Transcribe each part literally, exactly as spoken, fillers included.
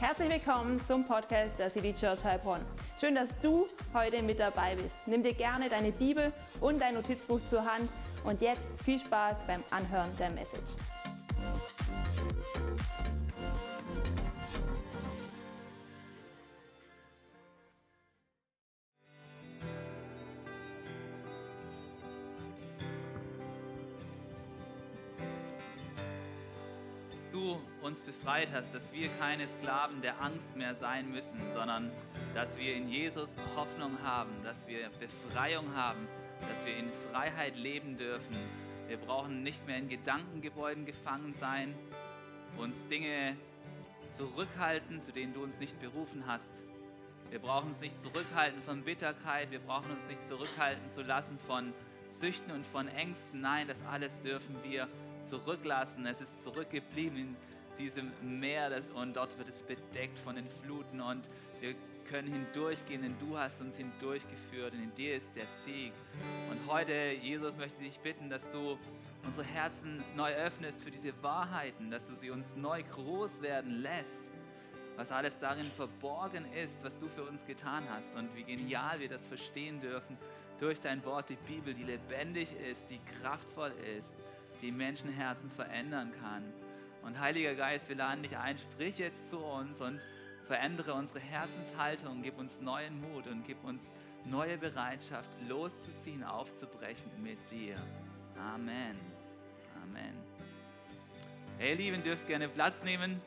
Herzlich willkommen zum Podcast der City Church Heilbronn. Schön, dass du heute mit dabei bist. Nimm dir gerne deine Bibel und dein Notizbuch zur Hand und jetzt viel Spaß beim Anhören der Message. Du uns befreit hast, dass wir keine Sklaven der Angst mehr sein müssen, sondern dass wir in Jesus Hoffnung haben, dass wir Befreiung haben, dass wir in Freiheit leben dürfen. Wir brauchen nicht mehr in Gedankengebäuden gefangen sein, uns Dinge zurückhalten, zu denen du uns nicht berufen hast. Wir brauchen uns nicht zurückhalten von Bitterkeit, wir brauchen uns nicht zurückhalten zu lassen von Süchten und von Ängsten. Nein, das alles dürfen wir zurücklassen. Es ist zurückgeblieben in diesem Meer das, und dort wird es bedeckt von den Fluten und wir können hindurchgehen, denn du hast uns hindurchgeführt und in dir ist der Sieg. Und heute, Jesus, möchte ich dich bitten, dass du unsere Herzen neu öffnest für diese Wahrheiten, dass du sie uns neu groß werden lässt, was alles darin verborgen ist, was du für uns getan hast und wie genial wir das verstehen dürfen durch dein Wort, die Bibel, die lebendig ist, die kraftvoll ist, die Menschenherzen verändern kann. Und Heiliger Geist, wir laden dich ein, sprich jetzt zu uns und verändere unsere Herzenshaltung, gib uns neuen Mut und gib uns neue Bereitschaft, loszuziehen, aufzubrechen mit dir. Amen. Amen. Hey, ihr Lieben, dürft gerne Platz nehmen.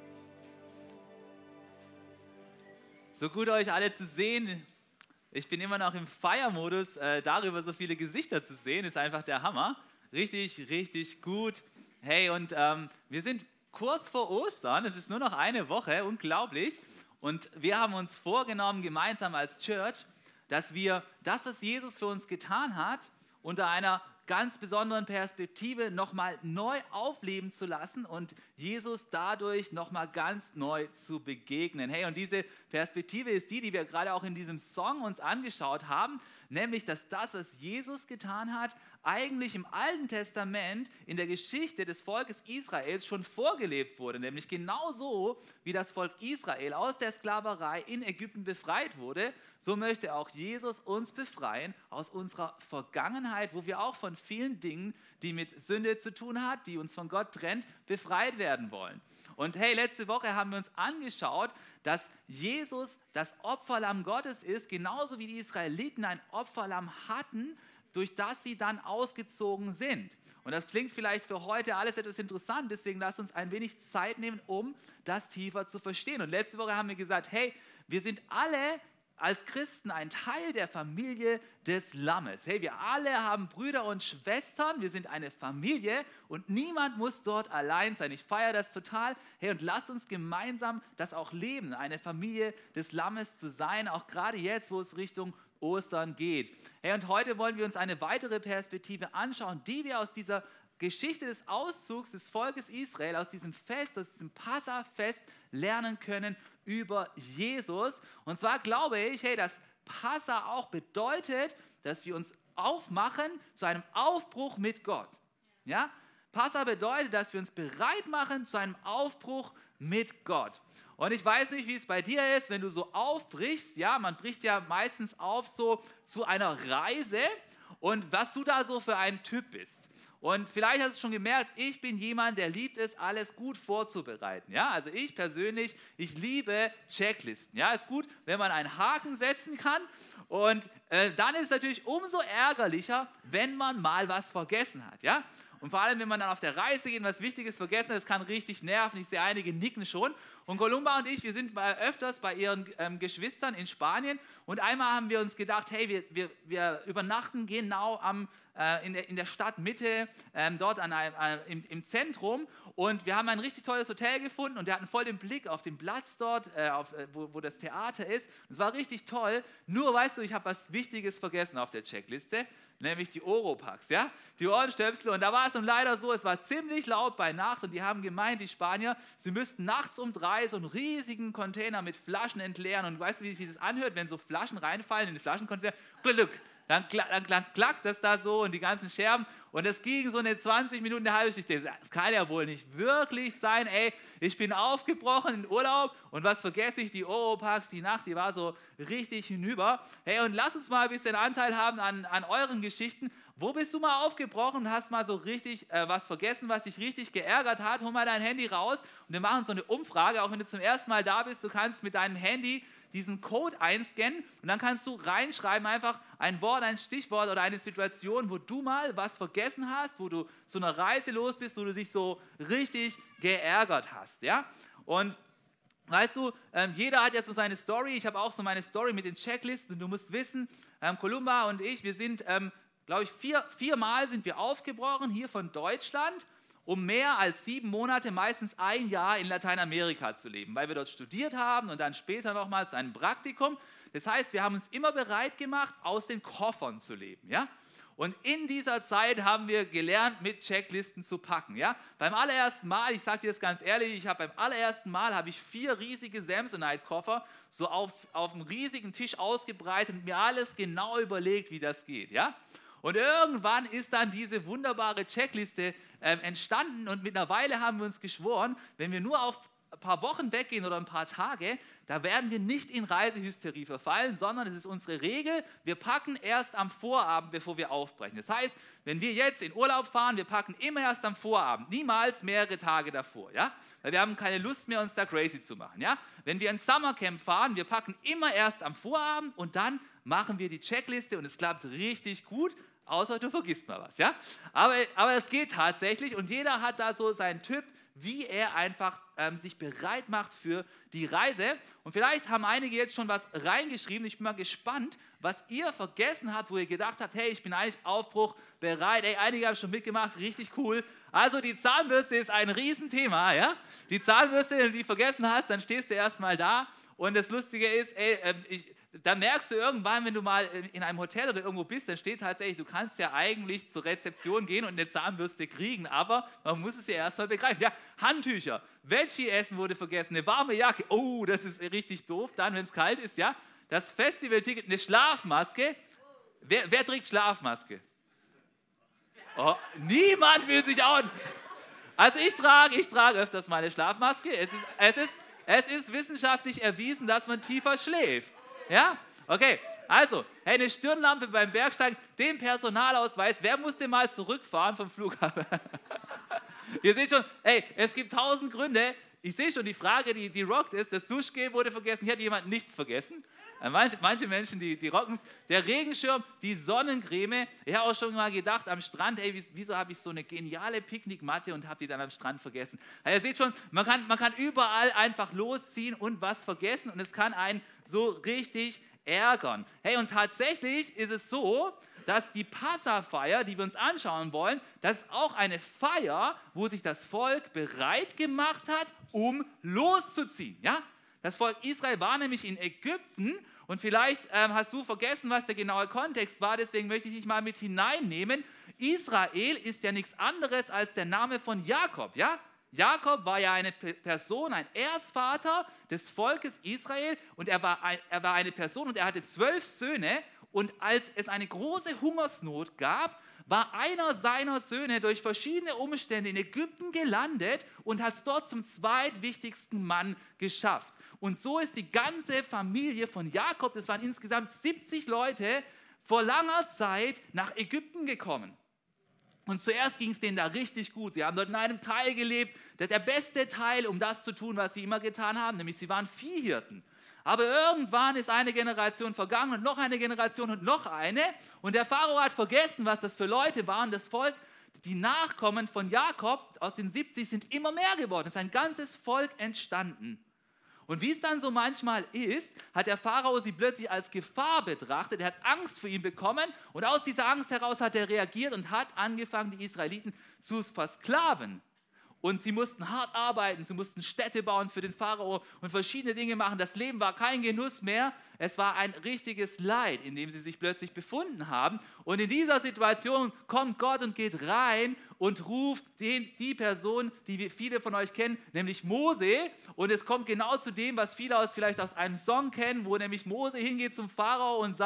So gut euch alle zu sehen. Ich bin immer noch im Feiermodus, äh, darüber so viele Gesichter zu sehen, ist einfach der Hammer. Richtig, richtig gut. Hey, und ähm, wir sind kurz vor Ostern, es ist nur noch eine Woche, unglaublich. Und wir haben uns vorgenommen, gemeinsam als Church, dass wir das, was Jesus für uns getan hat, unter einer ganz besonderen Perspektive nochmal neu aufleben zu lassen und Jesus dadurch nochmal ganz neu zu begegnen. Hey, und diese Perspektive ist die, die wir gerade auch in diesem Song uns angeschaut haben, nämlich, dass das, was Jesus getan hat, eigentlich im Alten Testament in der Geschichte des Volkes Israels schon vorgelebt wurde, nämlich genauso, wie das Volk Israel aus der Sklaverei in Ägypten befreit wurde, so möchte auch Jesus uns befreien aus unserer Vergangenheit, wo wir auch von vielen Dingen, die mit Sünde zu tun hat, die uns von Gott trennt, befreit werden wollen. Und hey, letzte Woche haben wir uns angeschaut, dass Jesus das Opferlamm Gottes ist, genauso wie die Israeliten ein Opferlamm hatten, durch das sie dann ausgezogen sind. Und das klingt vielleicht für heute alles etwas interessant, deswegen lasst uns ein wenig Zeit nehmen, um das tiefer zu verstehen. Und letzte Woche haben wir gesagt, hey, wir sind alle als Christen ein Teil der Familie des Lammes. Hey, wir alle haben Brüder und Schwestern, wir sind eine Familie und niemand muss dort allein sein. Ich feiere das total. Hey, und lasst uns gemeinsam das auch leben, eine Familie des Lammes zu sein, auch gerade jetzt, wo es Richtung Ostern geht. Hey, und heute wollen wir uns eine weitere Perspektive anschauen, die wir aus dieser Geschichte des Auszugs des Volkes Israel, aus diesem Fest, aus diesem Passa-Fest lernen können über Jesus. Und zwar glaube ich, hey, dass Passa auch bedeutet, dass wir uns aufmachen zu einem Aufbruch mit Gott. Ja? Passa bedeutet, dass wir uns bereit machen zu einem Aufbruch mit Gott. Und ich weiß nicht, wie es bei dir ist, wenn du so aufbrichst. Ja, man bricht ja meistens auf so zu einer Reise und was du da so für ein Typ bist. Und vielleicht hast du schon gemerkt, ich bin jemand, der liebt es, alles gut vorzubereiten. Ja, also ich persönlich, ich liebe Checklisten. Ja, ist gut, wenn man einen Haken setzen kann. Und äh, dann ist es natürlich umso ärgerlicher, wenn man mal was vergessen hat. Ja, und vor allem, wenn man dann auf der Reise geht und was Wichtiges vergessen hat, das kann richtig nerven. Ich sehe einige nicken schon. Und Columba und ich, wir sind bei, öfters bei ihren ähm, Geschwistern in Spanien. Und einmal haben wir uns gedacht, hey, wir, wir, wir übernachten genau am, äh, in, der, in der Stadtmitte, ähm, dort an einem, äh, im, im Zentrum. Und wir haben ein richtig tolles Hotel gefunden und wir hatten voll den Blick auf den Platz dort, äh, auf, äh, wo, wo das Theater ist. Es war richtig toll. Nur, weißt du, ich habe was Wichtiges vergessen auf der Checkliste, nämlich die Oropax, ja, die Ohrenstöpsel. Und da war es nun leider so, es war ziemlich laut bei Nacht und die haben gemeint, die Spanier, sie müssten nachts um drei so einen riesigen Container mit Flaschen entleeren. Und weißt du, wie sich das anhört, wenn so Flaschen reinfallen in den Flaschencontainer? Glück, dann, dann, dann klackt das da so und die ganzen Scherben. Und das ging so eine zwanzig Minuten, eine halbe Stunde. Das kann ja wohl nicht wirklich sein. Ey, ich bin aufgebrochen in Urlaub und was vergesse ich? Die Oropax, die Nacht, die war so richtig hinüber. Hey, und lass uns mal ein bisschen Anteil haben an, an euren Geschichten. Wo bist du mal aufgebrochen und hast mal so richtig äh, was vergessen, was dich richtig geärgert hat? Hol mal dein Handy raus und wir machen so eine Umfrage. Auch wenn du zum ersten Mal da bist, du kannst mit deinem Handy diesen Code einscannen und dann kannst du reinschreiben einfach ein Wort, ein Stichwort oder eine Situation, wo du mal was vergessen hast, wo du zu einer Reise los bist, wo du dich so richtig geärgert hast. Ja? Und weißt du, ähm, jeder hat ja so seine Story. Ich habe auch so meine Story mit den Checklisten und du musst wissen, ähm, Columba und ich, wir sind, ähm, glaube ich, vier, viermal sind wir aufgebrochen hier von Deutschland, um mehr als sieben Monate, meistens ein Jahr in Lateinamerika zu leben, weil wir dort studiert haben und dann später nochmals ein Praktikum. Das heißt, wir haben uns immer bereit gemacht, aus den Koffern zu leben. Ja? Und in dieser Zeit haben wir gelernt, mit Checklisten zu packen. Ja? Beim allerersten Mal, ich sage dir das ganz ehrlich, ich habe beim allerersten Mal habe ich vier riesige Samsonite-Koffer so auf, auf einem riesigen Tisch ausgebreitet und mir alles genau überlegt, wie das geht. Ja? Und irgendwann ist dann diese wunderbare Checkliste äh, entstanden und mittlerweile haben wir uns geschworen, wenn wir nur auf ein paar Wochen weggehen oder ein paar Tage, da werden wir nicht in Reisehysterie verfallen, sondern es ist unsere Regel, wir packen erst am Vorabend, bevor wir aufbrechen. Das heißt, wenn wir jetzt in Urlaub fahren, wir packen immer erst am Vorabend, niemals mehrere Tage davor, ja? Weil wir haben keine Lust mehr, uns da crazy zu machen. Ja? Wenn wir ins Summercamp fahren, wir packen immer erst am Vorabend und dann machen wir die Checkliste und es klappt richtig gut. Außer du vergisst mal was, ja? Aber, aber es geht tatsächlich und jeder hat da so seinen Tipp, wie er einfach ähm, sich bereit macht für die Reise. Und vielleicht haben einige jetzt schon was reingeschrieben. Ich bin mal gespannt, was ihr vergessen habt, wo ihr gedacht habt, hey, ich bin eigentlich aufbruchbereit. Ey, einige haben schon mitgemacht, richtig cool. Also die Zahnbürste ist ein Riesenthema, ja? Die Zahnbürste, wenn du die vergessen hast, dann stehst du erstmal da. Und das Lustige ist, ey, äh, ich, da merkst du irgendwann, wenn du mal in einem Hotel oder irgendwo bist, dann steht tatsächlich, du kannst ja eigentlich zur Rezeption gehen und eine Zahnbürste kriegen, aber man muss es ja erst mal begreifen. Ja, Handtücher, Veggie essen wurde vergessen, eine warme Jacke, oh, das ist richtig doof, dann, wenn es kalt ist, ja. Das Festivalticket, eine Schlafmaske. Wer, wer trägt Schlafmaske? Oh, niemand will sich auch... Also ich trage, ich trage öfters mal eine Schlafmaske. Es ist, es ist, es ist wissenschaftlich erwiesen, dass man tiefer schläft. Ja? Okay, also, hey, eine Stirnlampe beim Bergsteigen, den Personalausweis, wer musste mal zurückfahren vom Flughafen? Ihr seht schon, hey, es gibt tausend Gründe. Ich sehe schon, die Frage, die, die rockt ist, das Duschgel wurde vergessen, hier hat jemand nichts vergessen. Manche, manche Menschen, die, die rocken es. Der Regenschirm, die Sonnencreme. Ich habe auch schon mal gedacht am Strand, ey, wieso habe ich so eine geniale Picknickmatte und habe die dann am Strand vergessen. Ja, ihr seht schon, man kann, man kann überall einfach losziehen und was vergessen und es kann einen so richtig ärgern. Hey, und tatsächlich ist es so, dass die Passafeier, die wir uns anschauen wollen, das ist auch eine Feier, wo sich das Volk bereit gemacht hat, um loszuziehen. Ja? Das Volk Israel war nämlich in Ägypten und vielleicht ähm, hast du vergessen, was der genaue Kontext war, deswegen möchte ich dich mal mit hineinnehmen. Israel ist ja nichts anderes als der Name von Jakob, ja? Jakob war ja eine Person, ein Erzvater des Volkes Israel und er war, ein, er war eine Person und er hatte zwölf Söhne und als es eine große Hungersnot gab, war einer seiner Söhne durch verschiedene Umstände in Ägypten gelandet und hat es dort zum zweitwichtigsten Mann geschafft. Und so ist die ganze Familie von Jakob, das waren insgesamt siebzig Leute, vor langer Zeit nach Ägypten gekommen. Und zuerst ging es denen da richtig gut. Sie haben dort in einem Teil gelebt, der, der beste Teil, um das zu tun, was sie immer getan haben, nämlich sie waren Viehhirten. Aber irgendwann ist eine Generation vergangen und noch eine Generation und noch eine. Und der Pharao hat vergessen, was das für Leute waren. Das Volk, die Nachkommen von Jakob aus den siebzig sind immer mehr geworden. Es ist ein ganzes Volk entstanden. Und wie es dann so manchmal ist, hat der Pharao sie plötzlich als Gefahr betrachtet. Er hat Angst vor ihm bekommen und aus dieser Angst heraus hat er reagiert und hat angefangen, die Israeliten zu versklaven. Und sie mussten hart arbeiten, sie mussten Städte bauen für den Pharao und verschiedene Dinge machen. Das Leben war kein Genuss mehr, es war ein richtiges Leid, in dem sie sich plötzlich befunden haben. Und in dieser Situation kommt Gott und geht rein und ruft den, die Person, die viele von euch kennen, nämlich Mose. Und es kommt genau zu dem, was viele aus, vielleicht aus einem Song kennen, wo nämlich Mose hingeht zum Pharao und sagt,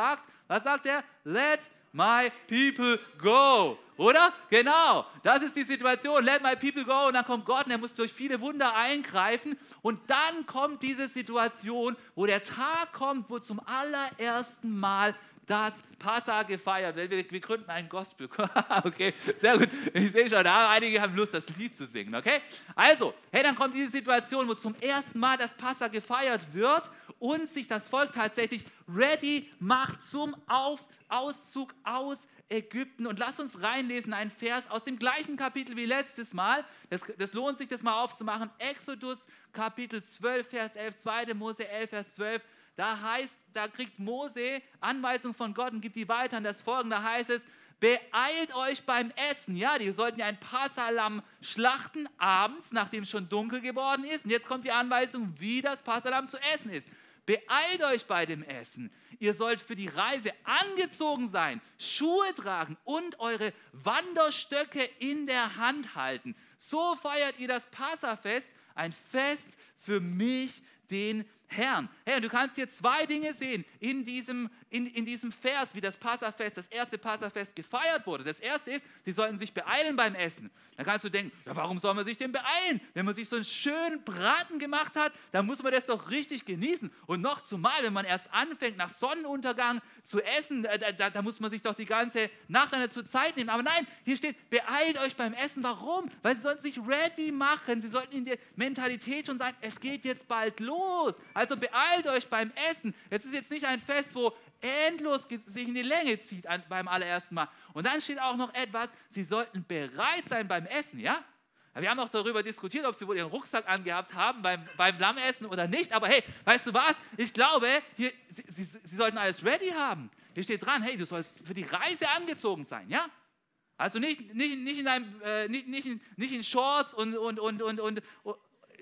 Was sagt er? Let my people go. Oder? Genau, das ist die Situation. Let my people go. Und dann kommt Gott und er muss durch viele Wunder eingreifen. Und dann kommt diese Situation, wo der Tag kommt, wo zum allerersten Mal das Passa gefeiert wird. Wir, wir gründen einen Gospel. Okay, sehr gut. Ich sehe schon, da einige haben Lust, das Lied zu singen. Okay? Also, hey, dann kommt diese Situation, wo zum ersten Mal das Passa gefeiert wird und sich das Volk tatsächlich ready macht zum Auf, Auszug aus Ägypten. Und lass uns reinlesen, einen Vers aus dem gleichen Kapitel wie letztes Mal. Das, das lohnt sich, das mal aufzumachen. Exodus Kapitel zwölf, Vers elf, zweiter Mose elf, Vers zwölf. Da heißt, da kriegt Mose Anweisungen von Gott und gibt die weiter an das Volk. Da heißt es, beeilt euch beim Essen. Ja, die sollten ja ein Passalamm schlachten abends, nachdem es schon dunkel geworden ist. Und jetzt kommt die Anweisung, wie das Passalamm zu essen ist. Beeilt euch bei dem Essen. Ihr sollt für die Reise angezogen sein, Schuhe tragen und eure Wanderstöcke in der Hand halten. So feiert ihr das Passafest, ein Fest für mich, den Herrn. Hey, und du kannst hier zwei Dinge sehen in diesem, in, in diesem Vers, wie das Passafest, das erste Passafest gefeiert wurde. Das erste ist, sie sollten sich beeilen beim Essen. Dann kannst du denken, ja, warum soll man sich denn beeilen? Wenn man sich so einen schönen Braten gemacht hat, dann muss man das doch richtig genießen. Und noch zumal, wenn man erst anfängt, nach Sonnenuntergang zu essen, da, da, da muss man sich doch die ganze Nacht eine zur Zeit nehmen. Aber nein, hier steht, beeilt euch beim Essen. Warum? Weil sie sollten sich ready machen. Sie sollten in der Mentalität schon sagen, es geht jetzt bald los. Also beeilt euch beim Essen. Es ist jetzt nicht ein Fest, wo endlos sich in die Länge zieht an, beim allerersten Mal. Und dann steht auch noch etwas, sie sollten bereit sein beim Essen, ja? Wir haben auch darüber diskutiert, ob sie wohl ihren Rucksack angehabt haben beim, beim Lammessen oder nicht. Aber hey, weißt du was? Ich glaube, hier, sie, sie, sie sollten alles ready haben. Hier steht dran, hey, du sollst für die Reise angezogen sein, ja? Also nicht, nicht, nicht, in, einem, äh, nicht, nicht, in, nicht in Shorts und, und, und, und, und, und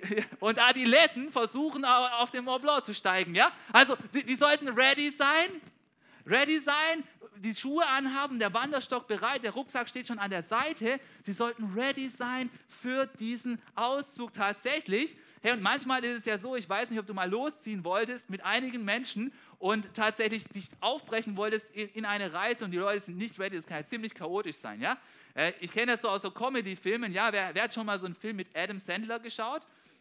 und Adiletten versuchen auf den Mont Blanc zu steigen, ja? Also die, die sollten ready sein, ready sein, die Schuhe anhaben, der Wanderstock bereit, der Rucksack steht schon an der Seite. Sie sollten ready sein für diesen Auszug tatsächlich. Hey, und manchmal ist es ja so, ich weiß nicht, ob du mal losziehen wolltest mit einigen Menschen und tatsächlich dich aufbrechen wolltest in, in eine Reise und die Leute sind nicht ready, das kann ja ziemlich chaotisch sein, ja? Äh, ich kenne das so aus so Comedy-Filmen, ja? Wer, wer hat schon mal so einen Film mit Adam Sandler geschaut?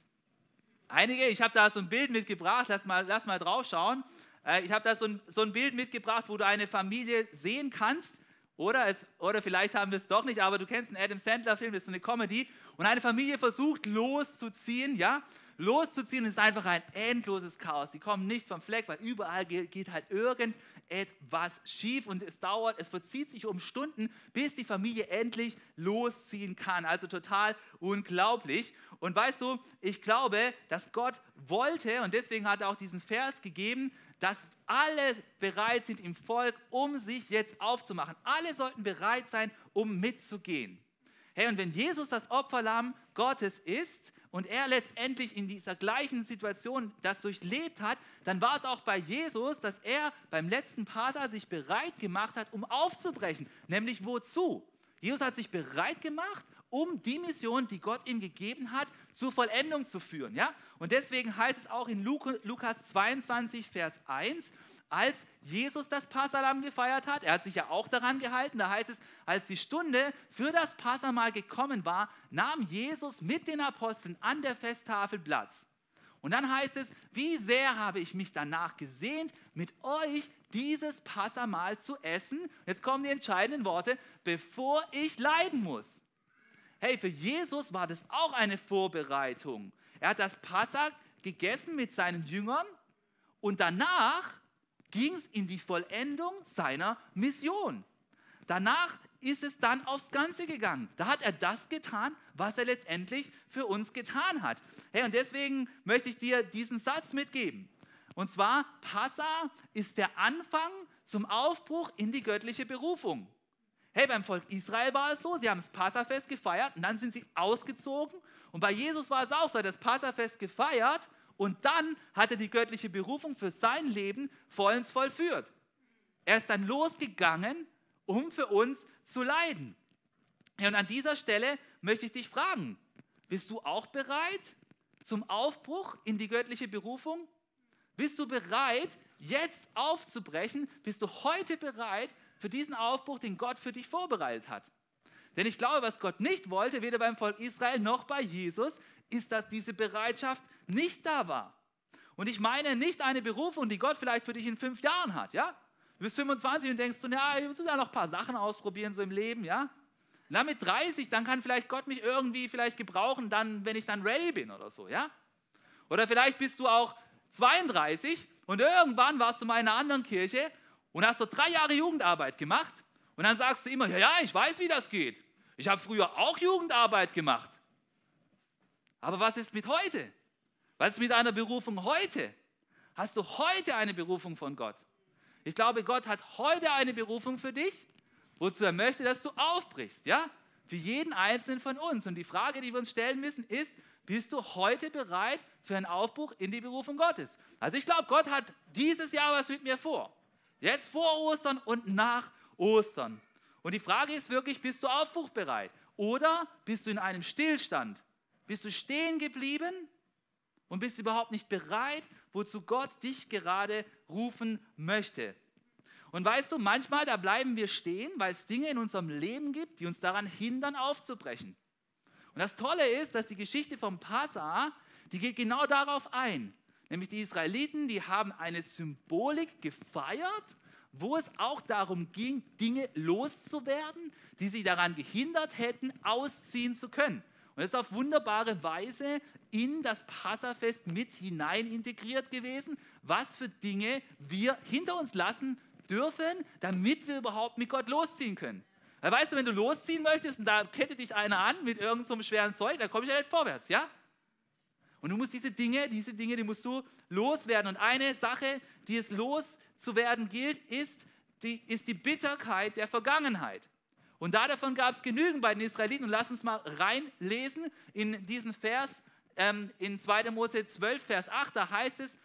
Einige, ich habe da so ein Bild mitgebracht, lass mal, lass mal drauf schauen. Äh, ich habe da so ein, so ein Bild mitgebracht, wo du eine Familie sehen kannst. Oder, es, oder vielleicht haben wir es doch nicht, aber du kennst einen Adam Sandler-Film, das ist so eine Comedy. Und eine Familie versucht loszuziehen, ja, loszuziehen, ist einfach ein endloses Chaos. Die kommen nicht vom Fleck, weil überall geht halt irgendetwas schief und es dauert, es verzieht sich um Stunden, bis die Familie endlich losziehen kann. Also total unglaublich. Und weißt du, ich glaube, dass Gott wollte, und deswegen hat er auch diesen Vers gegeben, dass alle bereit sind im Volk, um sich jetzt aufzumachen. Alle sollten bereit sein, um mitzugehen. Hey, und wenn Jesus das Opferlamm Gottes ist und er letztendlich in dieser gleichen Situation das durchlebt hat, dann war es auch bei Jesus, dass er beim letzten Passa sich bereit gemacht hat, um aufzubrechen. Nämlich wozu? Jesus hat sich bereit gemacht, um die Mission, die Gott ihm gegeben hat, zur Vollendung zu führen. Ja? Und deswegen heißt es auch in Lukas zweiundzwanzig, Vers eins, als Jesus das Passalamm gefeiert hat, er hat sich ja auch daran gehalten, da heißt es, als die Stunde für das Passamahl gekommen war, nahm Jesus mit den Aposteln an der Festtafel Platz. Und dann heißt es, wie sehr habe ich mich danach gesehnt, mit euch dieses Passamahl zu essen. Jetzt kommen die entscheidenden Worte, bevor ich leiden muss. Hey, für Jesus war das auch eine Vorbereitung. Er hat das Passa gegessen mit seinen Jüngern und danach ging es in die Vollendung seiner Mission. Danach ist es dann aufs Ganze gegangen. Da hat er das getan, was er letztendlich für uns getan hat. Hey, und deswegen möchte ich dir diesen Satz mitgeben. Und zwar, Passa ist der Anfang zum Aufbruch in die göttliche Berufung. Hey, beim Volk Israel war es so, sie haben das Passafest gefeiert und dann sind sie ausgezogen. Und bei Jesus war es auch so, er hat das Passafest gefeiert und dann hat er die göttliche Berufung für sein Leben vollends vollführt. Er ist dann losgegangen, um für uns zu leiden. Ja, und an dieser Stelle möchte ich dich fragen, bist du auch bereit zum Aufbruch in die göttliche Berufung? Bist du bereit, jetzt aufzubrechen, bist du heute bereit für diesen Aufbruch, den Gott für dich vorbereitet hat. Denn ich glaube, was Gott nicht wollte, weder beim Volk Israel noch bei Jesus, ist, dass diese Bereitschaft nicht da war. Und ich meine nicht eine Berufung, die Gott vielleicht für dich in fünf Jahren hat, ja? Du bist fünfundzwanzig und denkst, ja, ich muss da noch ein paar Sachen ausprobieren so im Leben, ja? Und dann mit dreißig, dann kann vielleicht Gott mich irgendwie vielleicht gebrauchen, dann, wenn ich dann ready bin oder so, ja? Oder vielleicht bist du auch zweiunddreißig und irgendwann warst du mal in einer anderen Kirche und hast dort drei Jahre Jugendarbeit gemacht und dann sagst du immer, ja, ja, ich weiß, wie das geht. Ich habe früher auch Jugendarbeit gemacht. Aber was ist mit heute? Was ist mit einer Berufung heute? Hast du heute eine Berufung von Gott? Ich glaube, Gott hat heute eine Berufung für dich, wozu er möchte, dass du aufbrichst, ja? Für jeden Einzelnen von uns. Und die Frage, die wir uns stellen müssen, ist, bist du heute bereit für einen Aufbruch in die Berufung Gottes? Also ich glaube, Gott hat dieses Jahr was mit mir vor. Jetzt vor Ostern und nach Ostern. Und die Frage ist wirklich, bist du aufbruchbereit? Oder bist du in einem Stillstand? Bist du stehen geblieben und bist überhaupt nicht bereit, wozu Gott dich gerade rufen möchte? Und weißt du, manchmal, da bleiben wir stehen, weil es Dinge in unserem Leben gibt, die uns daran hindern, aufzubrechen. Und das Tolle ist, dass die Geschichte vom Passa, die geht genau darauf ein. Nämlich die Israeliten, die haben eine Symbolik gefeiert, wo es auch darum ging, Dinge loszuwerden, die sie daran gehindert hätten, ausziehen zu können. Und das ist auf wunderbare Weise in das Passafest mit hinein integriert gewesen, was für Dinge wir hinter uns lassen dürfen, damit wir überhaupt mit Gott losziehen können. Weil weißt du, wenn du losziehen möchtest und da kettet dich einer an mit irgendeinem so schweren Zeug, dann kommst du ja nicht vorwärts, ja? Und du musst diese Dinge, diese Dinge, die musst du loswerden. Und eine Sache, die es loszuwerden gilt, ist die, ist die Bitterkeit der Vergangenheit. Und da davon gab es genügend bei den Israeliten. Und lass uns mal reinlesen in diesen Vers, ähm, in zweiter Mose zwölf, Vers acht, da heißt es,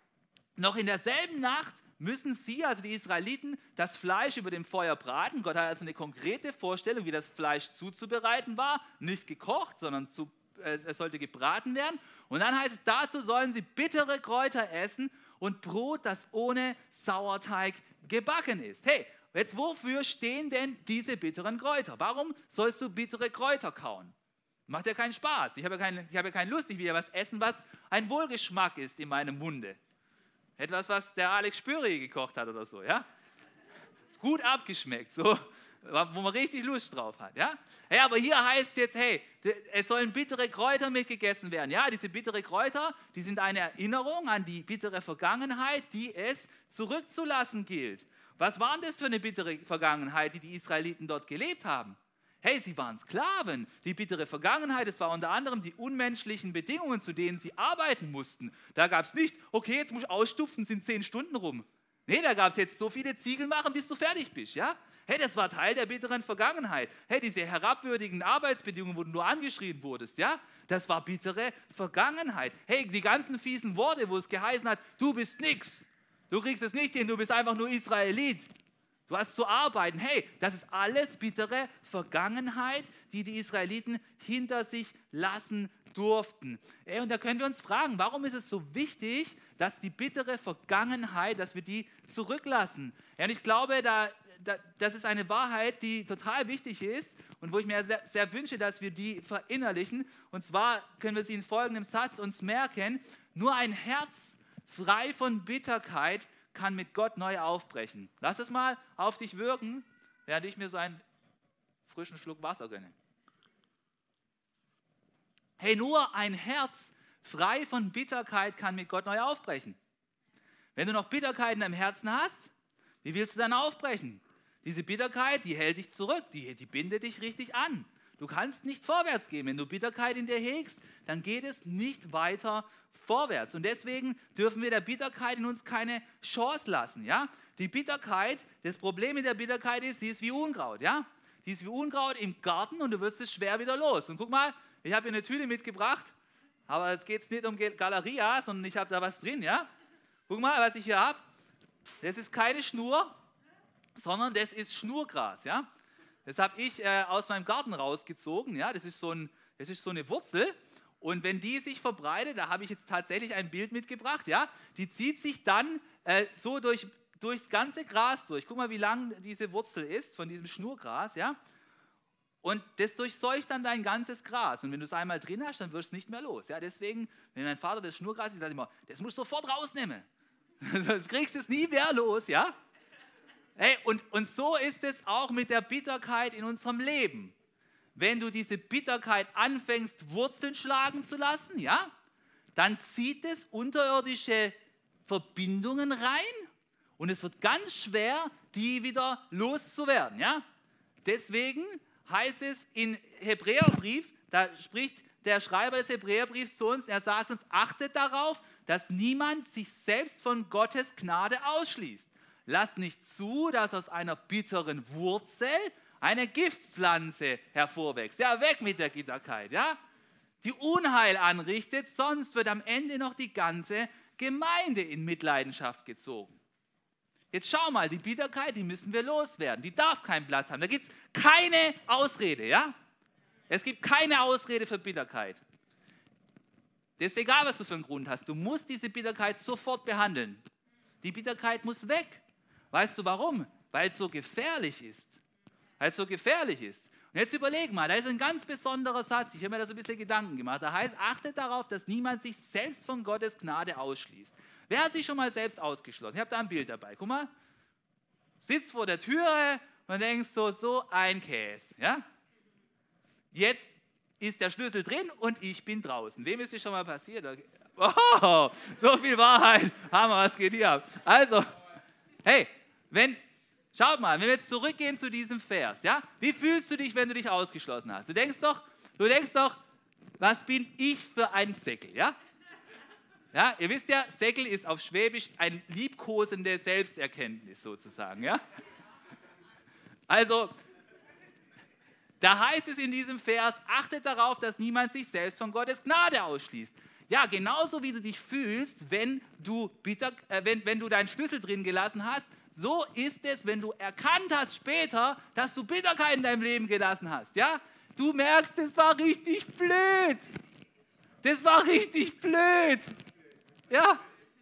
noch in derselben Nacht müssen sie, also die Israeliten, das Fleisch über dem Feuer braten. Gott hat also eine konkrete Vorstellung, wie das Fleisch zuzubereiten war. Nicht gekocht, sondern zu, äh, es sollte gebraten werden. Und dann heißt es, dazu sollen sie bittere Kräuter essen und Brot, das ohne Sauerteig gebacken ist. Hey, jetzt wofür stehen denn diese bitteren Kräuter? Warum sollst du bittere Kräuter kauen? Macht ja keinen Spaß. Ich habe ja keine, ich habe ja keine Lust, ich will ja was essen, was ein Wohlgeschmack ist in meinem Munde. Etwas, was der Alex Spüri gekocht hat oder so, ja? Ist gut abgeschmeckt, so, wo man richtig Lust drauf hat, ja? Hey, aber hier heißt es jetzt, hey, es sollen bittere Kräuter mitgegessen werden. Ja, diese bittere Kräuter, die sind eine Erinnerung an die bittere Vergangenheit, die es zurückzulassen gilt. Was war denn das für eine bittere Vergangenheit, die die Israeliten dort gelebt haben? Hey, sie waren Sklaven. Die bittere Vergangenheit, es war unter anderem die unmenschlichen Bedingungen, zu denen sie arbeiten mussten. Da gab es nicht, okay, jetzt muss ich ausstupfen, sind zehn Stunden rum. Nee, da gab es jetzt so viele Ziegel machen, bis du fertig bist, ja? Hey, das war Teil der bitteren Vergangenheit. Hey, diese herabwürdigen Arbeitsbedingungen, wo du nur angeschrien wurdest, ja? Das war bittere Vergangenheit. Hey, die ganzen fiesen Worte, wo es geheißen hat, du bist nix. Du kriegst es nicht hin, du bist einfach nur Israelit. Du hast zu arbeiten. Hey, das ist alles bittere Vergangenheit, die die Israeliten hinter sich lassen durften. Hey, und da können wir uns fragen, warum ist es so wichtig, dass die bittere Vergangenheit, dass wir die zurücklassen? Ja, und ich glaube, da, da, das ist eine Wahrheit, die total wichtig ist und wo ich mir sehr, sehr wünsche, dass wir die verinnerlichen. Und zwar können wir sie in folgendem Satz uns merken: Nur ein Herz frei von Bitterkeit kann mit Gott neu aufbrechen. Lass es mal auf dich wirken, während ich mir so einen frischen Schluck Wasser gönne. Hey, nur ein Herz frei von Bitterkeit kann mit Gott neu aufbrechen. Wenn du noch Bitterkeit in deinem Herzen hast, wie willst du dann aufbrechen? Diese Bitterkeit, die hält dich zurück, die, die bindet dich richtig an. Du kannst nicht vorwärts gehen. Wenn du Bitterkeit in dir hegst, dann geht es nicht weiter vorwärts. Und deswegen dürfen wir der Bitterkeit in uns keine Chance lassen. Ja? Die Bitterkeit, das Problem mit der Bitterkeit ist, sie ist wie Unkraut. Ja? Die ist wie Unkraut im Garten und du wirst es schwer wieder los. Und guck mal, ich habe hier eine Tüte mitgebracht, aber jetzt geht es nicht um Galeria, sondern ich habe da was drin. Ja? Guck mal, was ich hier habe. Das ist keine Schnur, sondern das ist Schnurgras. Ja? Das habe ich äh, aus meinem Garten rausgezogen. Ja? Das ist so ein, das ist so eine Wurzel. Und wenn die sich verbreitet, da habe ich jetzt tatsächlich ein Bild mitgebracht, ja? Die zieht sich dann äh, so durch, durchs ganze Gras durch. Guck mal, wie lang diese Wurzel ist von diesem Schnurgras, ja? Und das durchseucht dann dein ganzes Gras. Und wenn du es einmal drin hast, dann wirst du es nicht mehr los. Ja, deswegen, wenn mein Vater das Schnurgras sieht, sagt immer, das musst du sofort rausnehmen. Das kriegst du nie mehr los, ja? Hey, und, und so ist es auch mit der Bitterkeit in unserem Leben. Wenn du diese Bitterkeit anfängst, Wurzeln schlagen zu lassen, ja, dann zieht es unterirdische Verbindungen rein und es wird ganz schwer, die wieder loszuwerden, ja? Deswegen heißt es in Hebräerbrief, da spricht der Schreiber des Hebräerbriefs zu uns, er sagt uns, achtet darauf, dass niemand sich selbst von Gottes Gnade ausschließt. Lasst nicht zu, dass aus einer bitteren Wurzel eine Giftpflanze hervorwächst. Ja, weg mit der Bitterkeit, ja? Die Unheil anrichtet, sonst wird am Ende noch die ganze Gemeinde in Mitleidenschaft gezogen. Jetzt schau mal, die Bitterkeit, die müssen wir loswerden. Die darf keinen Platz haben. Da gibt es keine Ausrede, ja? Es gibt keine Ausrede für Bitterkeit. Das ist egal, was du für einen Grund hast. Du musst diese Bitterkeit sofort behandeln. Die Bitterkeit muss weg. Weißt du warum? Weil es so gefährlich ist. Weil es so gefährlich ist. Und jetzt überleg mal, da ist ein ganz besonderer Satz. Ich habe mir da so ein bisschen Gedanken gemacht. Da heißt, achtet darauf, dass niemand sich selbst von Gottes Gnade ausschließt. Wer hat sich schon mal selbst ausgeschlossen? Ich habe da ein Bild dabei. Guck mal. Sitzt vor der Türe und denkst so, so ein Käse. Ja? Jetzt ist der Schlüssel drin und ich bin draußen. Wem ist das schon mal passiert? Oh, so viel Wahrheit. Hammer, was geht hier ab? Also, hey, wenn, schaut mal, wenn wir jetzt zurückgehen zu diesem Vers, ja? Wie fühlst du dich, wenn du dich ausgeschlossen hast? Du denkst doch, du denkst doch, was bin ich für ein Säckel, ja? Ja, ihr wisst ja, Säckel ist auf Schwäbisch ein liebkosende Selbsterkenntnis sozusagen. Ja? Also, da heißt es in diesem Vers, achtet darauf, dass niemand sich selbst von Gottes Gnade ausschließt. Ja, genauso wie du dich fühlst, wenn du, bitter, äh, wenn, wenn du deinen Schlüssel drin gelassen hast, so ist es, wenn du erkannt hast später, dass du Bitterkeit in deinem Leben gelassen hast. Ja? Du merkst, das war richtig blöd. Das war richtig blöd. Ja,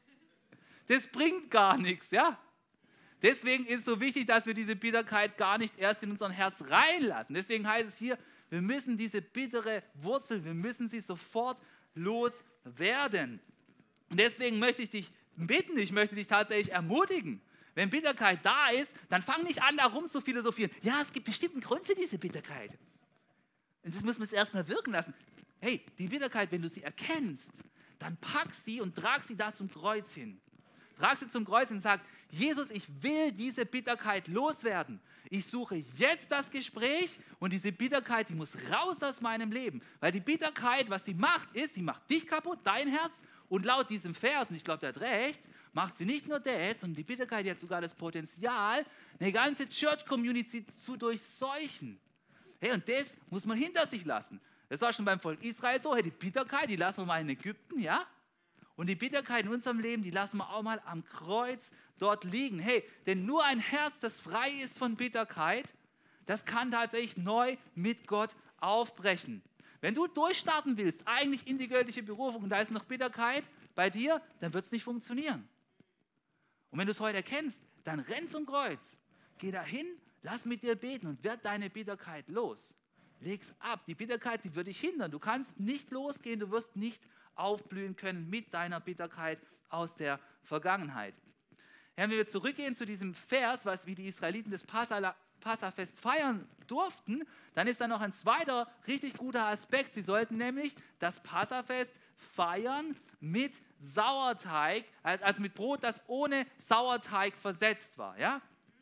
das bringt gar nichts, ja. Deswegen ist es so wichtig, dass wir diese Bitterkeit gar nicht erst in unser Herz reinlassen. Deswegen heißt es hier, wir müssen diese bittere Wurzel, wir müssen sie sofort loswerden. Und deswegen möchte ich dich bitten, ich möchte dich tatsächlich ermutigen. Wenn Bitterkeit da ist, dann fang nicht an, da rum zu philosophieren. Ja, es gibt bestimmt einen Grund für diese Bitterkeit. Und das müssen wir jetzt erstmal wirken lassen. Hey, die Bitterkeit, wenn du sie erkennst, dann pack sie und trag sie da zum Kreuz hin. Trag sie zum Kreuz hin und sag, Jesus, ich will diese Bitterkeit loswerden. Ich suche jetzt das Gespräch und diese Bitterkeit, die muss raus aus meinem Leben. Weil die Bitterkeit, was sie macht, ist, sie macht dich kaputt, dein Herz. Und laut diesem Vers, und ich glaube, der hat recht, macht sie nicht nur das, und die Bitterkeit hat sogar das Potenzial, eine ganze Church-Community zu durchseuchen. Hey, und das muss man hinter sich lassen. Das war schon beim Volk Israel so. Hey, die Bitterkeit, die lassen wir mal in Ägypten, ja? Und die Bitterkeit in unserem Leben, die lassen wir auch mal am Kreuz dort liegen. Hey, denn nur ein Herz, das frei ist von Bitterkeit, das kann tatsächlich neu mit Gott aufbrechen. Wenn du durchstarten willst, eigentlich in die göttliche Berufung, und da ist noch Bitterkeit bei dir, dann wird es nicht funktionieren. Und wenn du es heute erkennst, dann renn zum Kreuz. Geh dahin, lass mit dir beten und werd deine Bitterkeit los. Leg's ab. Die Bitterkeit, die wird dich hindern. Du kannst nicht losgehen, du wirst nicht aufblühen können mit deiner Bitterkeit aus der Vergangenheit. Ja, wenn wir zurückgehen zu diesem Vers, was wie die Israeliten das Passafest feiern durften, dann ist da noch ein zweiter richtig guter Aspekt. Sie sollten nämlich das Passafest feiern mit Sauerteig, also mit Brot, das ohne Sauerteig versetzt war. Ja?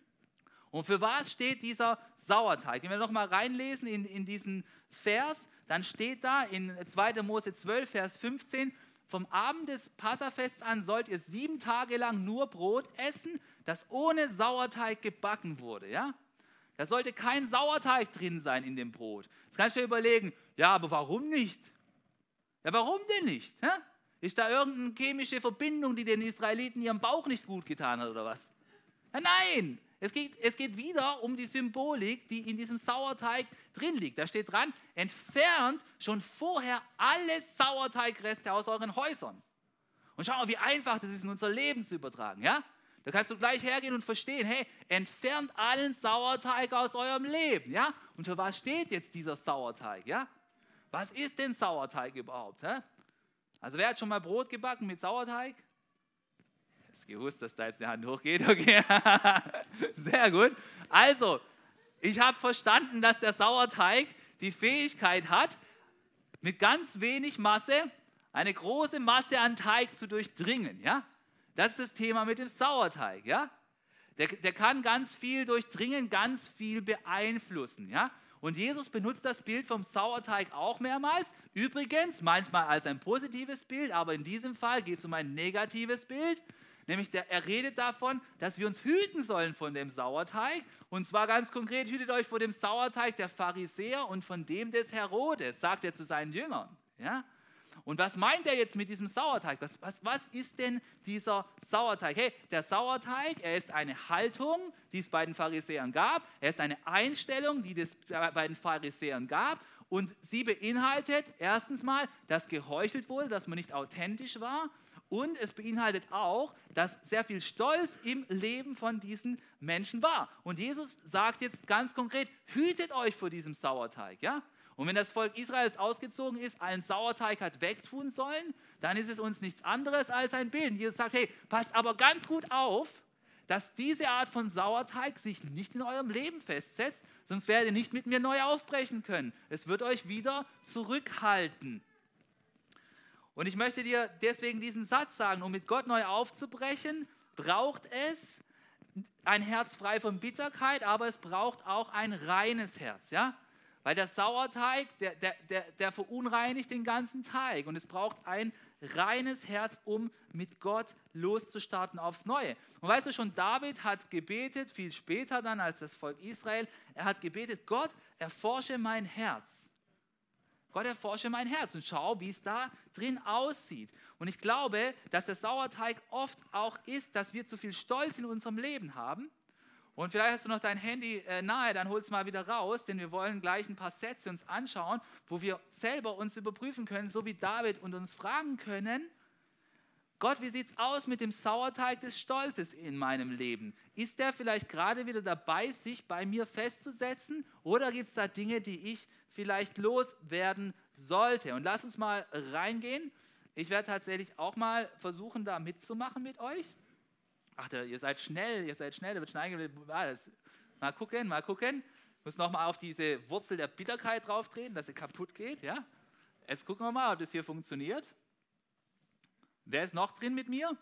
Und für was steht dieser Sauerteig? Wenn wir noch mal reinlesen in, in diesen Vers, dann steht da in zweiter Mose zwölf, Vers fünfzehn, vom Abend des Passafests an sollt ihr sieben Tage lang nur Brot essen, das ohne Sauerteig gebacken wurde. Ja? Da sollte kein Sauerteig drin sein in dem Brot. Jetzt kannst du dir überlegen, ja, aber warum nicht? Ja, warum denn nicht? Hä? Ist da irgendeine chemische Verbindung, die den Israeliten ihrem Bauch nicht gut getan hat oder was? Ja, nein, es geht, es geht wieder um die Symbolik, die in diesem Sauerteig drin liegt. Da steht dran, entfernt schon vorher alle Sauerteigreste aus euren Häusern. Und schau mal, wie einfach das ist, in unser Leben zu übertragen. Ja? Da kannst du gleich hergehen und verstehen, hey, entfernt allen Sauerteig aus eurem Leben. Ja? Und für was steht jetzt dieser Sauerteig? Ja? Was ist denn Sauerteig überhaupt? Hä? Also wer hat schon mal Brot gebacken mit Sauerteig? Es ist gewusst, dass da jetzt eine Hand hochgeht. Okay. Sehr gut. Also, ich habe verstanden, dass der Sauerteig die Fähigkeit hat, mit ganz wenig Masse eine große Masse an Teig zu durchdringen. Ja? Das ist das Thema mit dem Sauerteig. Ja? Der, der kann ganz viel durchdringen, ganz viel beeinflussen. Ja? Und Jesus benutzt das Bild vom Sauerteig auch mehrmals. Übrigens, manchmal als ein positives Bild, aber in diesem Fall geht es um ein negatives Bild. Nämlich der, er redet davon, dass wir uns hüten sollen von dem Sauerteig. Und zwar ganz konkret, hütet euch vor dem Sauerteig der Pharisäer und von dem des Herodes, sagt er zu seinen Jüngern. Ja? Und was meint er jetzt mit diesem Sauerteig? Was, was, was ist denn dieser Sauerteig? Hey, der Sauerteig, er ist eine Haltung, die es bei den Pharisäern gab. Er ist eine Einstellung, die es bei den Pharisäern gab. Und sie beinhaltet erstens mal, dass geheuchelt wurde, dass man nicht authentisch war. Und es beinhaltet auch, dass sehr viel Stolz im Leben von diesen Menschen war. Und Jesus sagt jetzt ganz konkret, hütet euch vor diesem Sauerteig. Ja? Und wenn das Volk Israels ausgezogen ist, einen Sauerteig hat wegtun sollen, dann ist es uns nichts anderes als ein Bild. Und Jesus sagt, hey, passt aber ganz gut auf, dass diese Art von Sauerteig sich nicht in eurem Leben festsetzt, sonst werdet ihr nicht mit mir neu aufbrechen können. Es wird euch wieder zurückhalten. Und ich möchte dir deswegen diesen Satz sagen, um mit Gott neu aufzubrechen, braucht es ein Herz frei von Bitterkeit, aber es braucht auch ein reines Herz. Ja? Weil der Sauerteig, der, der, der, der verunreinigt den ganzen Teig. Und es braucht ein reines Herz, um mit Gott loszustarten aufs Neue. Und weißt du schon, David hat gebetet, viel später dann als das Volk Israel, er hat gebetet, Gott, erforsche mein Herz. Gott, erforsche mein Herz und schau, wie es da drin aussieht. Und ich glaube, dass der Sauerteig oft auch ist, dass wir zu viel Stolz in unserem Leben haben. Und vielleicht hast du noch dein Handy äh, nahe, dann hol es mal wieder raus, denn wir wollen gleich ein paar Sätze uns anschauen, wo wir selber uns überprüfen können, so wie David, und uns fragen können, Gott, wie sieht es aus mit dem Sauerteig des Stolzes in meinem Leben? Ist der vielleicht gerade wieder dabei, sich bei mir festzusetzen? Oder gibt es da Dinge, die ich vielleicht loswerden sollte? Und lass uns mal reingehen. Ich werde tatsächlich auch mal versuchen, da mitzumachen mit euch. Ach, da, ihr seid schnell, ihr seid schnell, da wird schon eingebildet. Mal gucken, mal gucken. Ich muss nochmal auf diese Wurzel der Bitterkeit drauftreten, dass sie kaputt geht. Ja? Jetzt gucken wir mal, ob das hier funktioniert. Wer ist noch drin mit mir?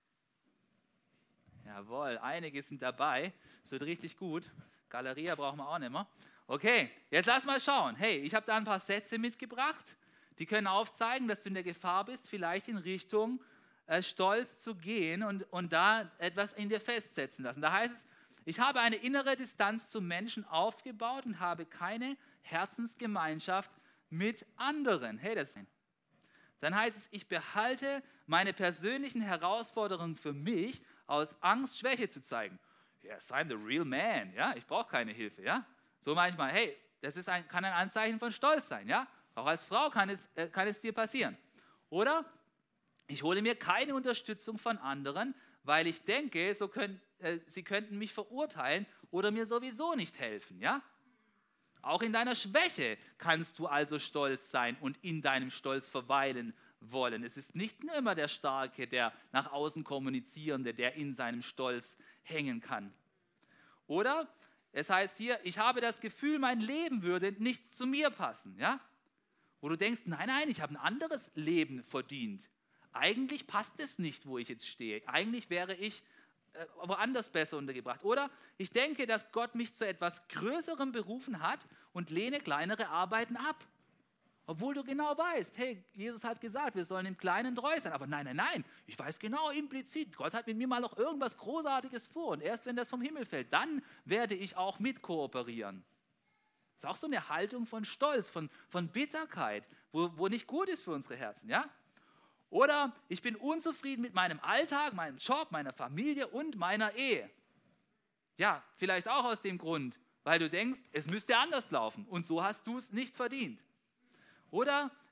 Jawohl, einige sind dabei. Das wird richtig gut. Galeria brauchen wir auch nicht mehr. Okay, jetzt lass mal schauen. Hey, ich habe da ein paar Sätze mitgebracht. Die können aufzeigen, dass du in der Gefahr bist, vielleicht in Richtung äh, Stolz zu gehen und, und da etwas in dir festsetzen lassen. Da heißt es, ich habe eine innere Distanz zu Menschen aufgebaut und habe keine Herzensgemeinschaft mit anderen. Hey, das ist Dann heißt es, ich behalte meine persönlichen Herausforderungen für mich, aus Angst, Schwäche zu zeigen. Yes, I'm the real man. Ja? Ich brauche keine Hilfe. Ja? So manchmal, hey, das ist ein, kann ein Anzeichen von Stolz sein. Ja? Auch als Frau kann es, äh, kann es dir passieren. Oder ich hole mir keine Unterstützung von anderen, weil ich denke, so können, äh, sie könnten mich verurteilen oder mir sowieso nicht helfen. Ja? Auch in deiner Schwäche kannst du also stolz sein und in deinem Stolz verweilen wollen. Es ist nicht nur immer der Starke, der nach außen kommunizierende, der in seinem Stolz hängen kann. Oder es heißt hier, ich habe das Gefühl, mein Leben würde nicht zu mir passen. Ja? Wo du denkst, nein, nein, ich habe ein anderes Leben verdient. Eigentlich passt es nicht, wo ich jetzt stehe. Eigentlich wäre ich woanders besser untergebracht. Oder ich denke, dass Gott mich zu etwas Größerem berufen hat und lehne kleinere Arbeiten ab. Obwohl du genau weißt, hey, Jesus hat gesagt, wir sollen im Kleinen treu sein. Aber nein, nein, nein, ich weiß genau implizit, Gott hat mit mir mal noch irgendwas Großartiges vor. Und erst wenn das vom Himmel fällt, dann werde ich auch mit kooperieren. Das ist auch so eine Haltung von Stolz, von, von Bitterkeit, wo, wo nicht gut ist für unsere Herzen, ja? Oder ich bin unzufrieden mit meinem Alltag, meinem Job, meiner Familie und meiner Ehe. Ja, vielleicht auch aus dem Grund, weil du denkst, es müsste anders laufen und so hast du es nicht verdient. Oder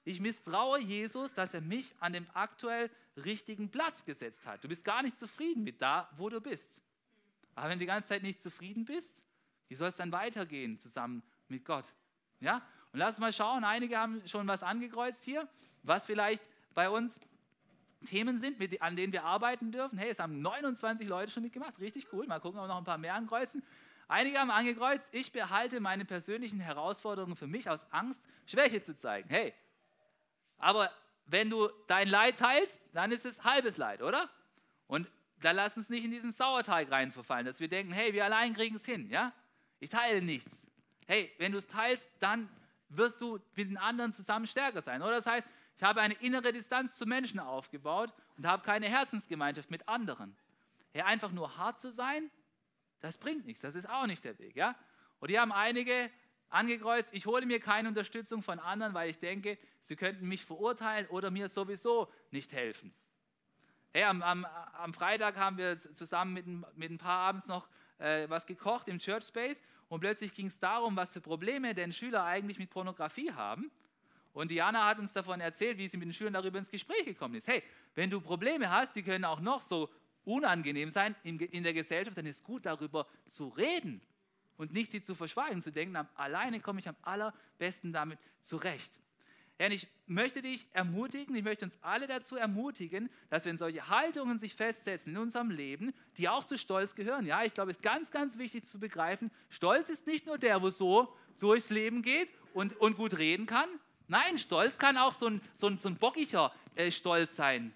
ich misstraue Jesus, dass er mich an dem aktuell richtigen Platz gesetzt hat. Du bist gar nicht zufrieden mit da, wo du bist. Aber wenn du die ganze Zeit nicht zufrieden bist, wie soll es dann weitergehen zusammen mit Gott? Ja? Und lass uns mal schauen, einige haben schon was angekreuzt hier, was vielleicht bei uns Themen sind, mit, an denen wir arbeiten dürfen. Hey, es haben neunundzwanzig Leute schon mitgemacht, richtig cool. Mal gucken, ob wir noch ein paar mehr ankreuzen. Einige haben angekreuzt, ich behalte meine persönlichen Herausforderungen für mich aus Angst, Schwäche zu zeigen. Hey, aber wenn du dein Leid teilst, dann ist es halbes Leid, oder? Und dann lass uns nicht in diesen Sauerteig rein verfallen, dass wir denken, hey, wir allein kriegen es hin, ja? Ich teile nichts. Hey, wenn du es teilst, dann wirst du mit den anderen zusammen stärker sein, oder? Das heißt, ich habe eine innere Distanz zu Menschen aufgebaut und habe keine Herzensgemeinschaft mit anderen. Hey, einfach nur hart zu sein, das bringt nichts, das ist auch nicht der Weg, ja? Und die haben einige angekreuzt, ich hole mir keine Unterstützung von anderen, weil ich denke, sie könnten mich verurteilen oder mir sowieso nicht helfen. Hey, am, am, am Freitag haben wir zusammen mit ein, mit ein paar abends noch äh, was gekocht im Church Space und plötzlich ging es darum, was für Probleme denn Schüler eigentlich mit Pornografie haben. Und Diana hat uns davon erzählt, wie sie mit den Schülern darüber ins Gespräch gekommen ist. Hey, wenn du Probleme hast, die können auch noch so unangenehm sein in, in der Gesellschaft, dann ist gut, darüber zu reden und nicht die zu verschweigen, zu denken, alleine komme ich am allerbesten damit zurecht. Ja, und ich möchte dich ermutigen, ich möchte uns alle dazu ermutigen, dass wenn solche Haltungen sich festsetzen in unserem Leben, die auch zu Stolz gehören, ja, ich glaube, es ist ganz, ganz wichtig zu begreifen, Stolz ist nicht nur der, wo so durchs Leben geht und, und gut reden kann. Nein, Stolz kann auch so ein, so ein, so ein bockiger äh, Stolz sein,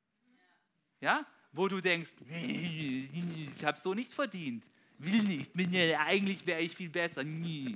ja, wo du denkst, ich habe so nicht verdient, will nicht, eigentlich wäre ich viel besser, nie.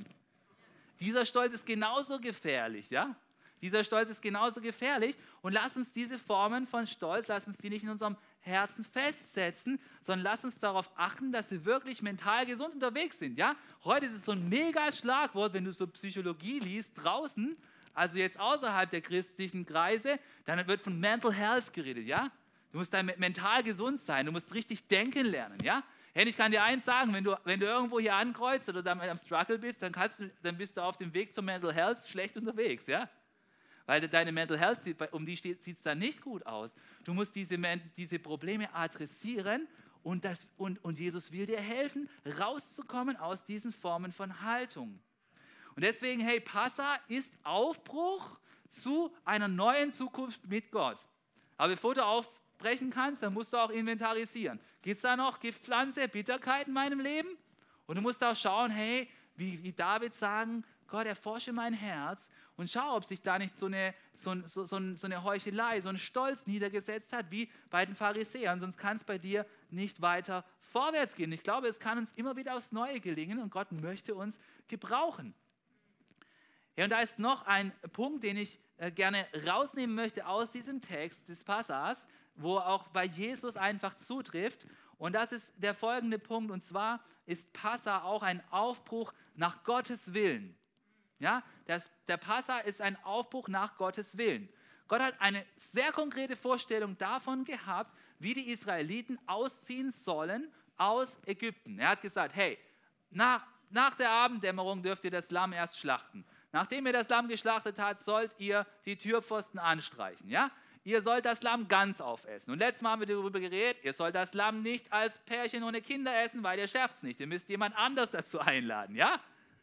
Dieser Stolz ist genauso gefährlich, ja. Dieser Stolz ist genauso gefährlich und lass uns diese Formen von Stolz, lass uns die nicht in unserem Herzen festsetzen, sondern lass uns darauf achten, dass wir wirklich mental gesund unterwegs sind. Ja? Heute ist es so ein mega Schlagwort, wenn du so Psychologie liest draußen, also jetzt außerhalb der christlichen Kreise, dann wird von Mental Health geredet. Ja? Du musst dann mental gesund sein, du musst richtig denken lernen. Ja? Hey, ich kann dir eins sagen, wenn du, wenn du irgendwo hier ankreuzt oder damit am Struggle bist, dann, kannst du, dann bist du auf dem Weg zur Mental Health schlecht unterwegs. Ja? Weil deine Mental Health, um die sieht es dann nicht gut aus. Du musst diese, diese Probleme adressieren und, das, und, und Jesus will dir helfen, rauszukommen aus diesen Formen von Haltung. Und deswegen, hey, Passa ist Aufbruch zu einer neuen Zukunft mit Gott. Aber bevor du aufbrechen kannst, dann musst du auch inventarisieren. Gibt es da noch Giftpflanze, Bitterkeit in meinem Leben? Und du musst auch schauen, hey, wie, wie David sagen, Gott, erforsche mein Herz und schau, ob sich da nicht so eine, so, so, so eine Heuchelei, so ein Stolz niedergesetzt hat, wie bei den Pharisäern. Sonst kann es bei dir nicht weiter vorwärts gehen. Ich glaube, es kann uns immer wieder aufs Neue gelingen und Gott möchte uns gebrauchen. Ja, und da ist noch ein Punkt, den ich äh, gerne rausnehmen möchte aus diesem Text des Passas, wo auch bei Jesus einfach zutrifft. Und das ist der folgende Punkt, und zwar ist Passa auch ein Aufbruch nach Gottes Willen. Ja, das, der Passa ist ein Aufbruch nach Gottes Willen. Gott hat eine sehr konkrete Vorstellung davon gehabt, wie die Israeliten ausziehen sollen aus Ägypten. Er hat gesagt, hey, nach, nach der Abenddämmerung dürft ihr das Lamm erst schlachten. Nachdem ihr das Lamm geschlachtet habt, sollt ihr die Türpfosten anstreichen. Ja? Ihr sollt das Lamm ganz aufessen. Und letztes Mal haben wir darüber geredet, ihr sollt das Lamm nicht als Pärchen ohne Kinder essen, weil ihr schafft es nicht. Ihr müsst jemand anders dazu einladen. Ja?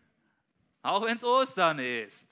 Auch wenn es Ostern ist.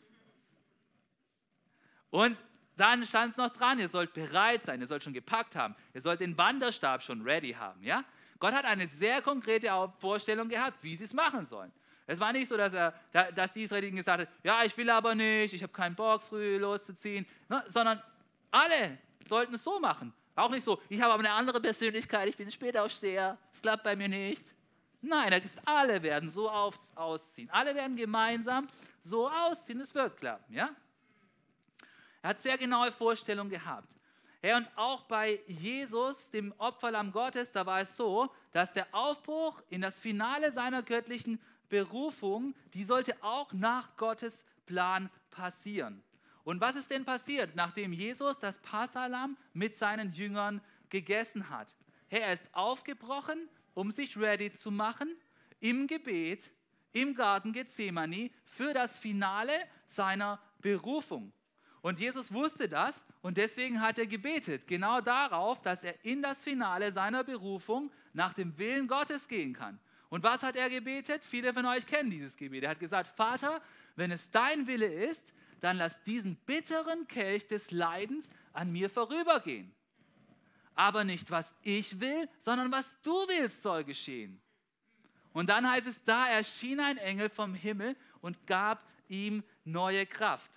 Und dann stand es noch dran, ihr sollt bereit sein, ihr sollt schon gepackt haben, ihr sollt den Wanderstab schon ready haben. Ja? Gott hat eine sehr konkrete Vorstellung gehabt, wie sie es machen sollen. Es war nicht so, dass, er, dass die Israeliten gesagt haben, ja, ich will aber nicht, ich habe keinen Bock, früh loszuziehen, ne? Sondern alle sollten es so machen. Auch nicht so, ich habe aber eine andere Persönlichkeit, ich bin ein Spätaufsteher, es klappt bei mir nicht. Nein, er ist, alle werden so auf, ausziehen. Alle werden gemeinsam so ausziehen, es wird klappen. Ja? Er hat sehr genaue Vorstellungen gehabt. Ja, und auch bei Jesus, dem Opferlamm Gottes, da war es so, dass der Aufbruch in das Finale seiner göttlichen Berufung, die sollte auch nach Gottes Plan passieren. Und was ist denn passiert, nachdem Jesus das Passalamm mit seinen Jüngern gegessen hat? Er ist aufgebrochen, um sich ready zu machen, im Gebet, im Garten Gethsemane, für das Finale seiner Berufung. Und Jesus wusste das und deswegen hat er gebetet, genau darauf, dass er in das Finale seiner Berufung nach dem Willen Gottes gehen kann. Und was hat er gebetet? Viele von euch kennen dieses Gebet. Er hat gesagt, Vater, wenn es dein Wille ist, dann lass diesen bitteren Kelch des Leidens an mir vorübergehen. Aber nicht, was ich will, sondern was du willst, soll geschehen. Und dann heißt es, da erschien ein Engel vom Himmel und gab ihm neue Kraft.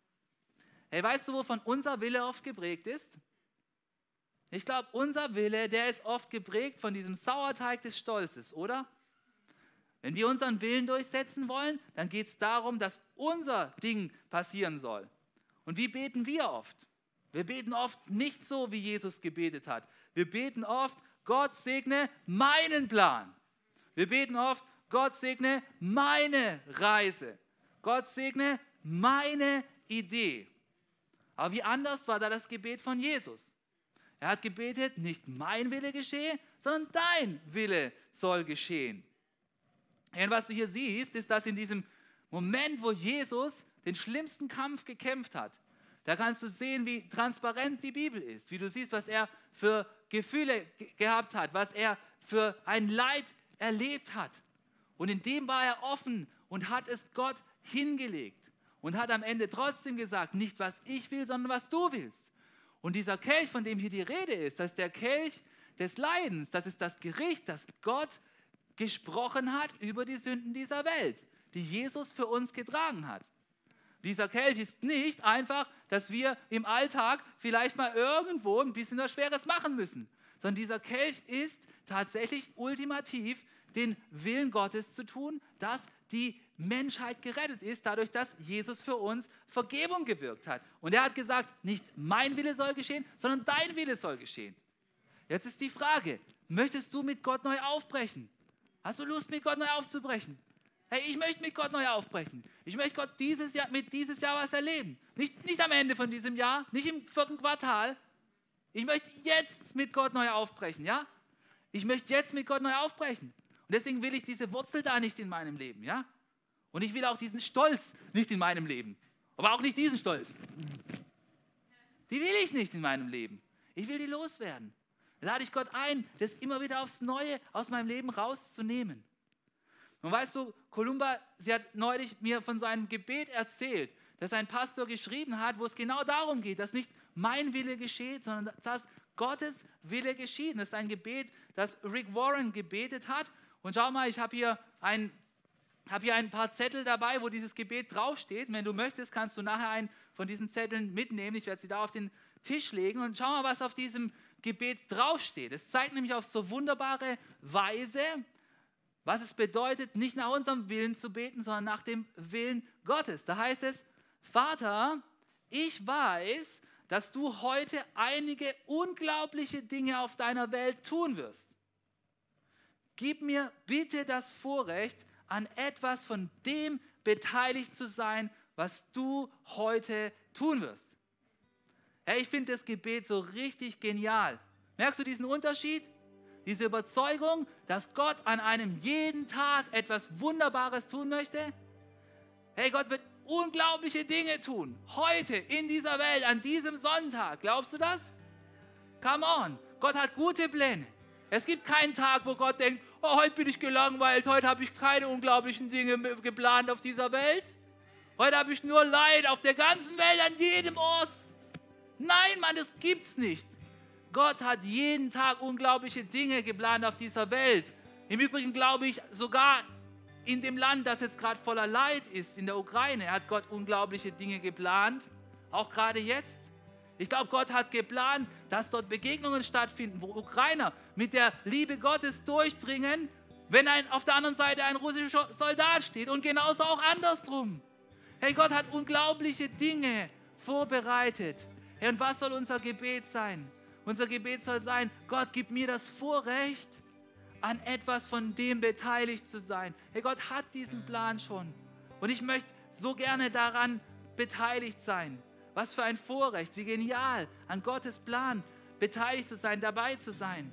Hey, weißt du, wovon unser Wille oft geprägt ist? Ich glaube, unser Wille, der ist oft geprägt von diesem Sauerteig des Stolzes, oder? Wenn wir unseren Willen durchsetzen wollen, dann geht es darum, dass unser Ding passieren soll. Und wie beten wir oft? Wir beten oft nicht so, wie Jesus gebetet hat. Wir beten oft, Gott segne meinen Plan. Wir beten oft, Gott segne meine Reise. Gott segne meine Idee. Aber wie anders war da das Gebet von Jesus? Er hat gebetet, nicht mein Wille geschehe, sondern dein Wille soll geschehen. Und was du hier siehst, ist, dass in diesem Moment, wo Jesus den schlimmsten Kampf gekämpft hat, da kannst du sehen, wie transparent die Bibel ist, wie du siehst, was er für Gefühle ge- gehabt hat, was er für ein Leid erlebt hat. Und in dem war er offen und hat es Gott hingelegt und hat am Ende trotzdem gesagt, nicht was ich will, sondern was du willst. Und dieser Kelch, von dem hier die Rede ist, das ist der Kelch des Leidens, das ist das Gericht, das Gott gesprochen hat über die Sünden dieser Welt, die Jesus für uns getragen hat. Dieser Kelch ist nicht einfach, dass wir im Alltag vielleicht mal irgendwo ein bisschen was Schweres machen müssen, sondern dieser Kelch ist tatsächlich ultimativ, den Willen Gottes zu tun, dass die Menschheit gerettet ist, dadurch, dass Jesus für uns Vergebung gewirkt hat. Und er hat gesagt, nicht mein Wille soll geschehen, sondern dein Wille soll geschehen. Jetzt ist die Frage, möchtest du mit Gott neu aufbrechen? Hast du Lust, mit Gott neu aufzubrechen? Hey, ich möchte mit Gott neu aufbrechen. Ich möchte Gott dieses Jahr, mit dieses Jahr was erleben. Nicht, nicht am Ende von diesem Jahr, nicht im vierten Quartal. Ich möchte jetzt mit Gott neu aufbrechen, ja? Ich möchte jetzt mit Gott neu aufbrechen. Und deswegen will ich diese Wurzel da nicht in meinem Leben, ja? Und ich will auch diesen Stolz nicht in meinem Leben. Aber auch nicht diesen Stolz. Die will ich nicht in meinem Leben. Ich will die loswerden. Da lade ich Gott ein, das immer wieder aufs Neue aus meinem Leben rauszunehmen. Und weißt du, Columba, sie hat neulich mir von so einem Gebet erzählt, das ein Pastor geschrieben hat, wo es genau darum geht, dass nicht mein Wille geschieht, sondern dass Gottes Wille geschieht. Das ist ein Gebet, das Rick Warren gebetet hat. Und schau mal, ich habe hier ein habe hier ein paar Zettel dabei, wo dieses Gebet draufsteht. Und wenn du möchtest, kannst du nachher einen von diesen Zetteln mitnehmen. Ich werde sie da auf den Tisch legen und schau mal, was auf diesem Gebet draufsteht. Es zeigt nämlich auf so wunderbare Weise, was es bedeutet, nicht nach unserem Willen zu beten, sondern nach dem Willen Gottes. Da heißt es, Vater, ich weiß, dass du heute einige unglaubliche Dinge auf deiner Welt tun wirst. Gib mir bitte das Vorrecht, an etwas von dem beteiligt zu sein, was du heute tun wirst. Hey, ich finde das Gebet so richtig genial. Merkst du diesen Unterschied? Diese Überzeugung, dass Gott an einem jeden Tag etwas Wunderbares tun möchte? Hey, Gott wird unglaubliche Dinge tun. Heute, in dieser Welt, an diesem Sonntag. Glaubst du das? Come on. Gott hat gute Pläne. Es gibt keinen Tag, wo Gott denkt, oh, heute bin ich gelangweilt, heute habe ich keine unglaublichen Dinge geplant auf dieser Welt. Heute habe ich nur Leid auf der ganzen Welt, an jedem Ort. Nein, Mann, das gibt's nicht. Gott hat jeden Tag unglaubliche Dinge geplant auf dieser Welt. Im Übrigen glaube ich, sogar in dem Land, das jetzt gerade voller Leid ist, in der Ukraine, hat Gott unglaubliche Dinge geplant, auch gerade jetzt. Ich glaube, Gott hat geplant, dass dort Begegnungen stattfinden, wo Ukrainer mit der Liebe Gottes durchdringen, wenn ein, auf der anderen Seite ein russischer Soldat steht und genauso auch andersrum. Hey, Gott hat unglaubliche Dinge vorbereitet. Hey, und was soll unser Gebet sein? Unser Gebet soll sein, Gott, gib mir das Vorrecht, an etwas von dem beteiligt zu sein. Hey, Gott hat diesen Plan schon. Und ich möchte so gerne daran beteiligt sein. Was für ein Vorrecht, wie genial, an Gottes Plan beteiligt zu sein, dabei zu sein.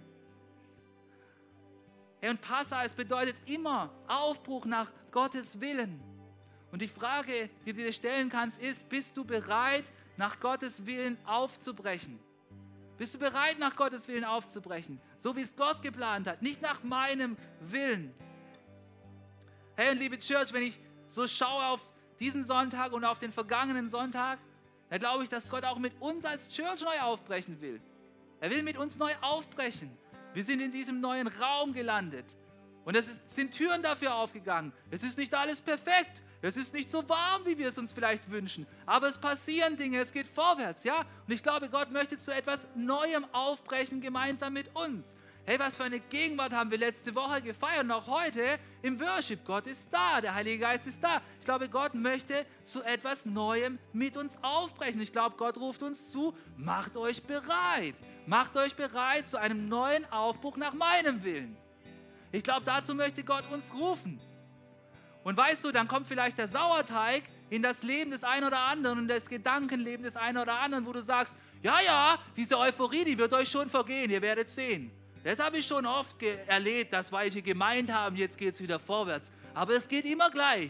Hey, und Passa, es bedeutet immer Aufbruch nach Gottes Willen. Und die Frage, die du dir stellen kannst, ist, bist du bereit, nach Gottes Willen aufzubrechen? Bist du bereit, nach Gottes Willen aufzubrechen? So wie es Gott geplant hat, nicht nach meinem Willen. Hey, und liebe Church, wenn ich so schaue auf diesen Sonntag und auf den vergangenen Sonntag, dann glaube ich, dass Gott auch mit uns als Church neu aufbrechen will. Er will mit uns neu aufbrechen. Wir sind in diesem neuen Raum gelandet. Und es ist, sind Türen dafür aufgegangen. Es ist nicht alles perfekt. Es ist nicht so warm, wie wir es uns vielleicht wünschen. Aber es passieren Dinge, es geht vorwärts, ja? Und ich glaube, Gott möchte zu etwas Neuem aufbrechen, gemeinsam mit uns. Hey, was für eine Gegenwart haben wir letzte Woche gefeiert und auch heute im Worship. Gott ist da, der Heilige Geist ist da. Ich glaube, Gott möchte zu etwas Neuem mit uns aufbrechen. Ich glaube, Gott ruft uns zu, macht euch bereit. Macht euch bereit zu einem neuen Aufbruch nach meinem Willen. Ich glaube, dazu möchte Gott uns rufen. Und weißt du, dann kommt vielleicht der Sauerteig in das Leben des einen oder anderen und das Gedankenleben des einen oder anderen, wo du sagst, ja, ja, diese Euphorie, die wird euch schon vergehen, ihr werdet sehen. Das habe ich schon oft erlebt, dass welche gemeint haben, jetzt geht es wieder vorwärts. Aber es geht immer gleich.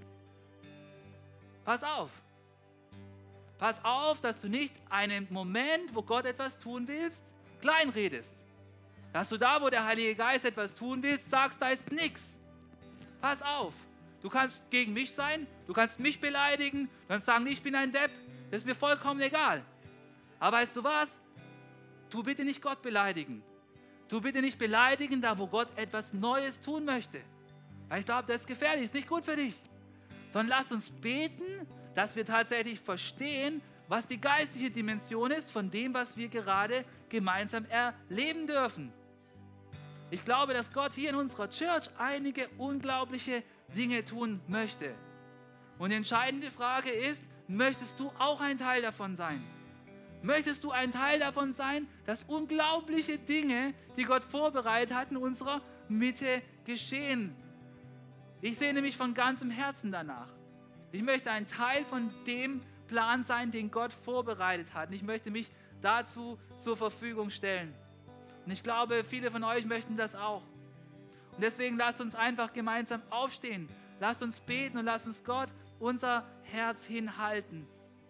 Pass auf. Pass auf, dass du nicht einen Moment, wo Gott etwas tun willst, kleinredest. Dass du da, wo der Heilige Geist etwas tun willst, sagst, da ist nichts. Pass auf. Du kannst gegen mich sein, du kannst mich beleidigen, du kannst sagen, ich bin ein Depp, das ist mir vollkommen egal. Aber weißt du was? Tu bitte nicht Gott beleidigen. Tu bitte nicht beleidigen, da wo Gott etwas Neues tun möchte. Weil ich glaube, das ist gefährlich, ist nicht gut für dich. Sondern lass uns beten, dass wir tatsächlich verstehen, was die geistliche Dimension ist von dem, was wir gerade gemeinsam erleben dürfen. Ich glaube, dass Gott hier in unserer Church einige unglaubliche Dinge tun möchte. Und die entscheidende Frage ist, möchtest du auch ein Teil davon sein? Möchtest du ein Teil davon sein, dass unglaubliche Dinge, die Gott vorbereitet hat, in unserer Mitte geschehen? Ich sehne mich von ganzem Herzen danach. Ich möchte ein Teil von dem Plan sein, den Gott vorbereitet hat. Und ich möchte mich dazu zur Verfügung stellen. Und ich glaube, viele von euch möchten das auch. Und deswegen lasst uns einfach gemeinsam aufstehen. Lasst uns beten und lasst uns Gott unser Herz hinhalten.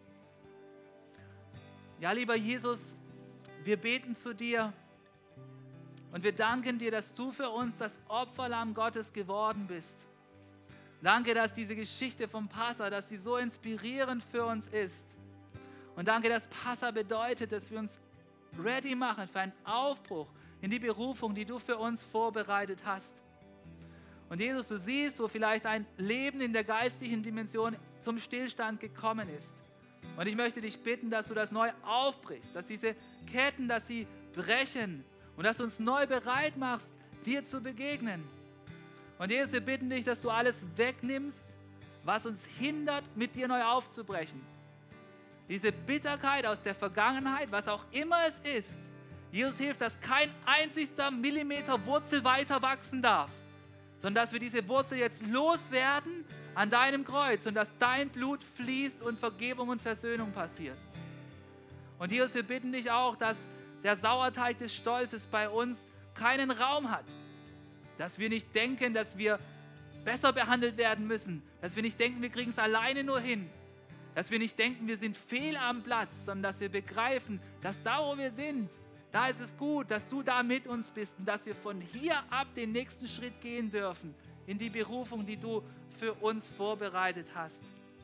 Ja, lieber Jesus, wir beten zu dir und wir danken dir, dass du für uns das Opferlamm Gottes geworden bist. Danke, dass diese Geschichte vom Passa, dass sie so inspirierend für uns ist. Und danke, dass Passa bedeutet, dass wir uns ready machen für einen Aufbruch in die Berufung, die du für uns vorbereitet hast. Und Jesus, du siehst, wo vielleicht ein Leben in der geistlichen Dimension zum Stillstand gekommen ist. Und ich möchte dich bitten, dass du das neu aufbrichst, dass diese Ketten, dass sie brechen und dass du uns neu bereit machst, dir zu begegnen. Und Jesus, wir bitten dich, dass du alles wegnimmst, was uns hindert, mit dir neu aufzubrechen. Diese Bitterkeit aus der Vergangenheit, was auch immer es ist, Jesus hilft, dass kein einzigster Millimeter Wurzel weiter wachsen darf, sondern dass wir diese Wurzel jetzt loswerden an deinem Kreuz und dass dein Blut fließt und Vergebung und Versöhnung passiert. Und Jesus, wir bitten dich auch, dass der Sauerteig des Stolzes bei uns keinen Raum hat, dass wir nicht denken, dass wir besser behandelt werden müssen, dass wir nicht denken, wir kriegen es alleine nur hin, dass wir nicht denken, wir sind fehl am Platz, sondern dass wir begreifen, dass da, wo wir sind, da ist es gut, dass du da mit uns bist und dass wir von hier ab den nächsten Schritt gehen dürfen in die Berufung, die du für uns vorbereitet hast.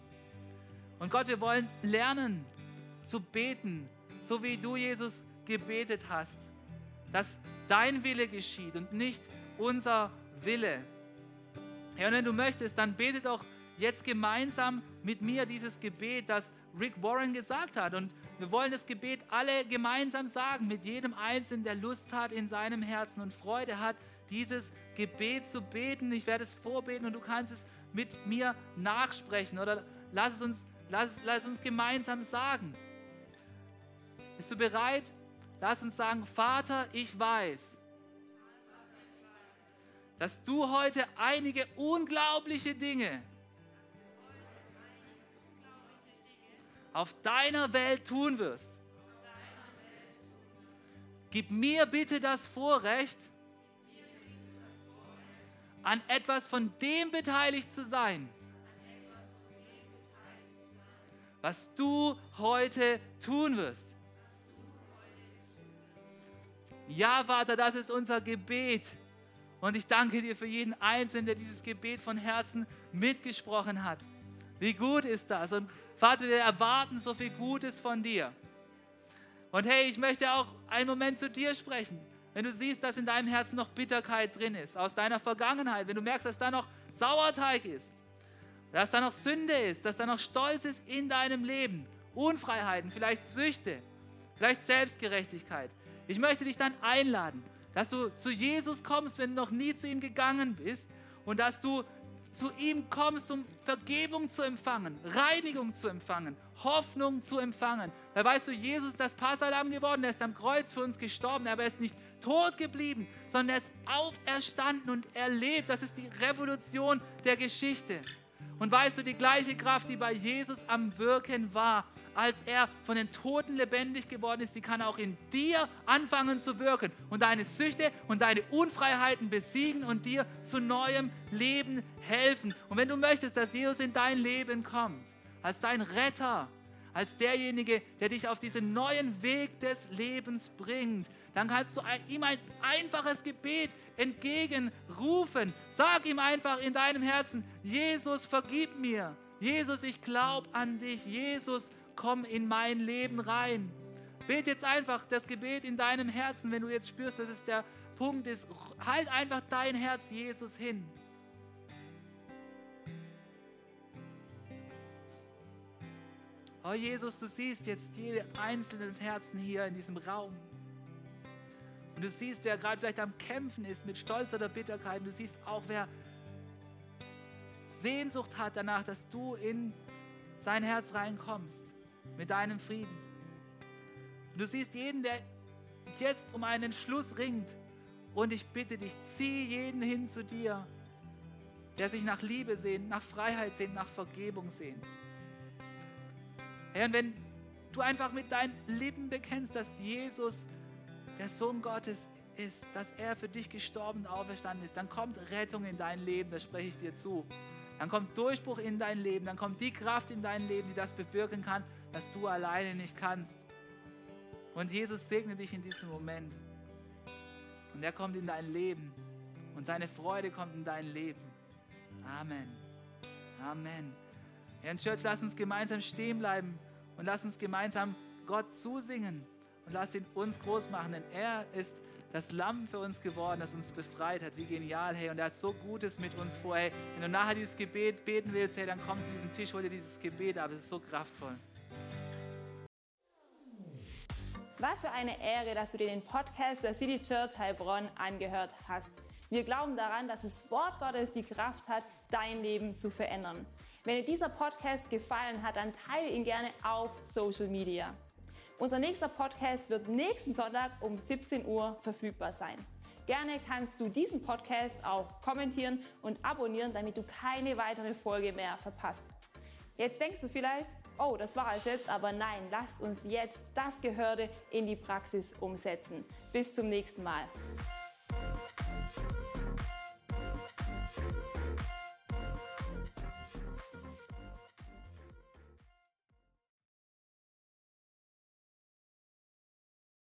Und Gott, wir wollen lernen zu beten, so wie du, Jesus, gebetet hast, dass dein Wille geschieht und nicht unser Wille. Ja, und wenn du möchtest, dann bete doch jetzt gemeinsam mit mir dieses Gebet, das Rick Warren gesagt hat. Und wir wollen das Gebet alle gemeinsam sagen, mit jedem Einzelnen, der Lust hat in seinem Herzen und Freude hat, dieses Gebet zu beten. Ich werde es vorbeten und du kannst es mit mir nachsprechen oder lass es uns, lass, lass uns gemeinsam sagen. Bist du bereit? Lass uns sagen, Vater, ich weiß, dass du heute einige unglaubliche Dinge auf deiner Welt tun wirst. Gib mir bitte das Vorrecht, an etwas von dem beteiligt zu sein, was du heute tun wirst. Ja, Vater, das ist unser Gebet. Und ich danke dir für jeden Einzelnen, der dieses Gebet von Herzen mitgesprochen hat. Wie gut ist das? Und Vater, wir erwarten so viel Gutes von dir. Und hey, ich möchte auch einen Moment zu dir sprechen. Wenn du siehst, dass in deinem Herzen noch Bitterkeit drin ist, aus deiner Vergangenheit, wenn du merkst, dass da noch Sauerteig ist, dass da noch Sünde ist, dass da noch Stolz ist in deinem Leben, Unfreiheiten, vielleicht Süchte, vielleicht Selbstgerechtigkeit. Ich möchte dich dann einladen, dass du zu Jesus kommst, wenn du noch nie zu ihm gegangen bist und dass du zu ihm kommst, um Vergebung zu empfangen, Reinigung zu empfangen, Hoffnung zu empfangen. Weil weißt du, Jesus ist das Passahlamm geworden, er ist am Kreuz für uns gestorben, aber er ist nicht tot geblieben, sondern er ist auferstanden und er lebt. Das ist die Revolution der Geschichte. Und weißt du, die gleiche Kraft, die bei Jesus am Wirken war, als er von den Toten lebendig geworden ist, die kann auch in dir anfangen zu wirken und deine Süchte und deine Unfreiheiten besiegen und dir zu neuem Leben helfen. Und wenn du möchtest, dass Jesus in dein Leben kommt, als dein Retter, als derjenige, der dich auf diesen neuen Weg des Lebens bringt, dann kannst du ihm ein einfaches Gebet entgegenrufen. Sag ihm einfach in deinem Herzen: Jesus, vergib mir. Jesus, ich glaube an dich. Jesus, komm in mein Leben rein. Bete jetzt einfach das Gebet in deinem Herzen, wenn du jetzt spürst, dass es der Punkt ist. Halt einfach dein Herz Jesus hin. Oh Jesus, du siehst jetzt jede einzelne Herzen hier in diesem Raum. Und du siehst, wer gerade vielleicht am Kämpfen ist mit Stolz oder Bitterkeit. Und du siehst auch, wer Sehnsucht hat danach, dass du in sein Herz reinkommst mit deinem Frieden. Und du siehst jeden, der jetzt um einen Entschluss ringt. Und ich bitte dich, zieh jeden hin zu dir, der sich nach Liebe sehnt, nach Freiheit sehnt, nach Vergebung sehnt. Herr, und wenn du einfach mit deinen Lippen bekennst, dass Jesus der Sohn Gottes ist, dass er für dich gestorben und auferstanden ist, dann kommt Rettung in dein Leben, das spreche ich dir zu. Dann kommt Durchbruch in dein Leben, dann kommt die Kraft in dein Leben, die das bewirken kann, was du alleine nicht kannst. Und Jesus segne dich in diesem Moment. Und er kommt in dein Leben und seine Freude kommt in dein Leben. Amen. Amen. Herr, und Church, lass uns gemeinsam stehen bleiben und lass uns gemeinsam Gott zusingen und lass ihn uns groß machen, denn er ist das Lamm für uns geworden, das uns befreit hat. Wie genial, hey, und er hat so Gutes mit uns vor. Hey, wenn du nachher dieses Gebet beten willst, hey, dann komm zu diesem Tisch, hol dir dieses Gebet ab, es ist so kraftvoll. Was für eine Ehre, dass du dir den Podcast der City Church Heilbronn angehört hast. Wir glauben daran, dass das Wort Gottes die Kraft hat, dein Leben zu verändern. Wenn dir dieser Podcast gefallen hat, dann teile ihn gerne auf Social Media. Unser nächster Podcast wird nächsten Sonntag um siebzehn Uhr verfügbar sein. Gerne kannst du diesen Podcast auch kommentieren und abonnieren, damit du keine weitere Folge mehr verpasst. Jetzt denkst du vielleicht, oh, das war es jetzt, aber nein, lasst uns jetzt das Gehörte in die Praxis umsetzen. Bis zum nächsten Mal.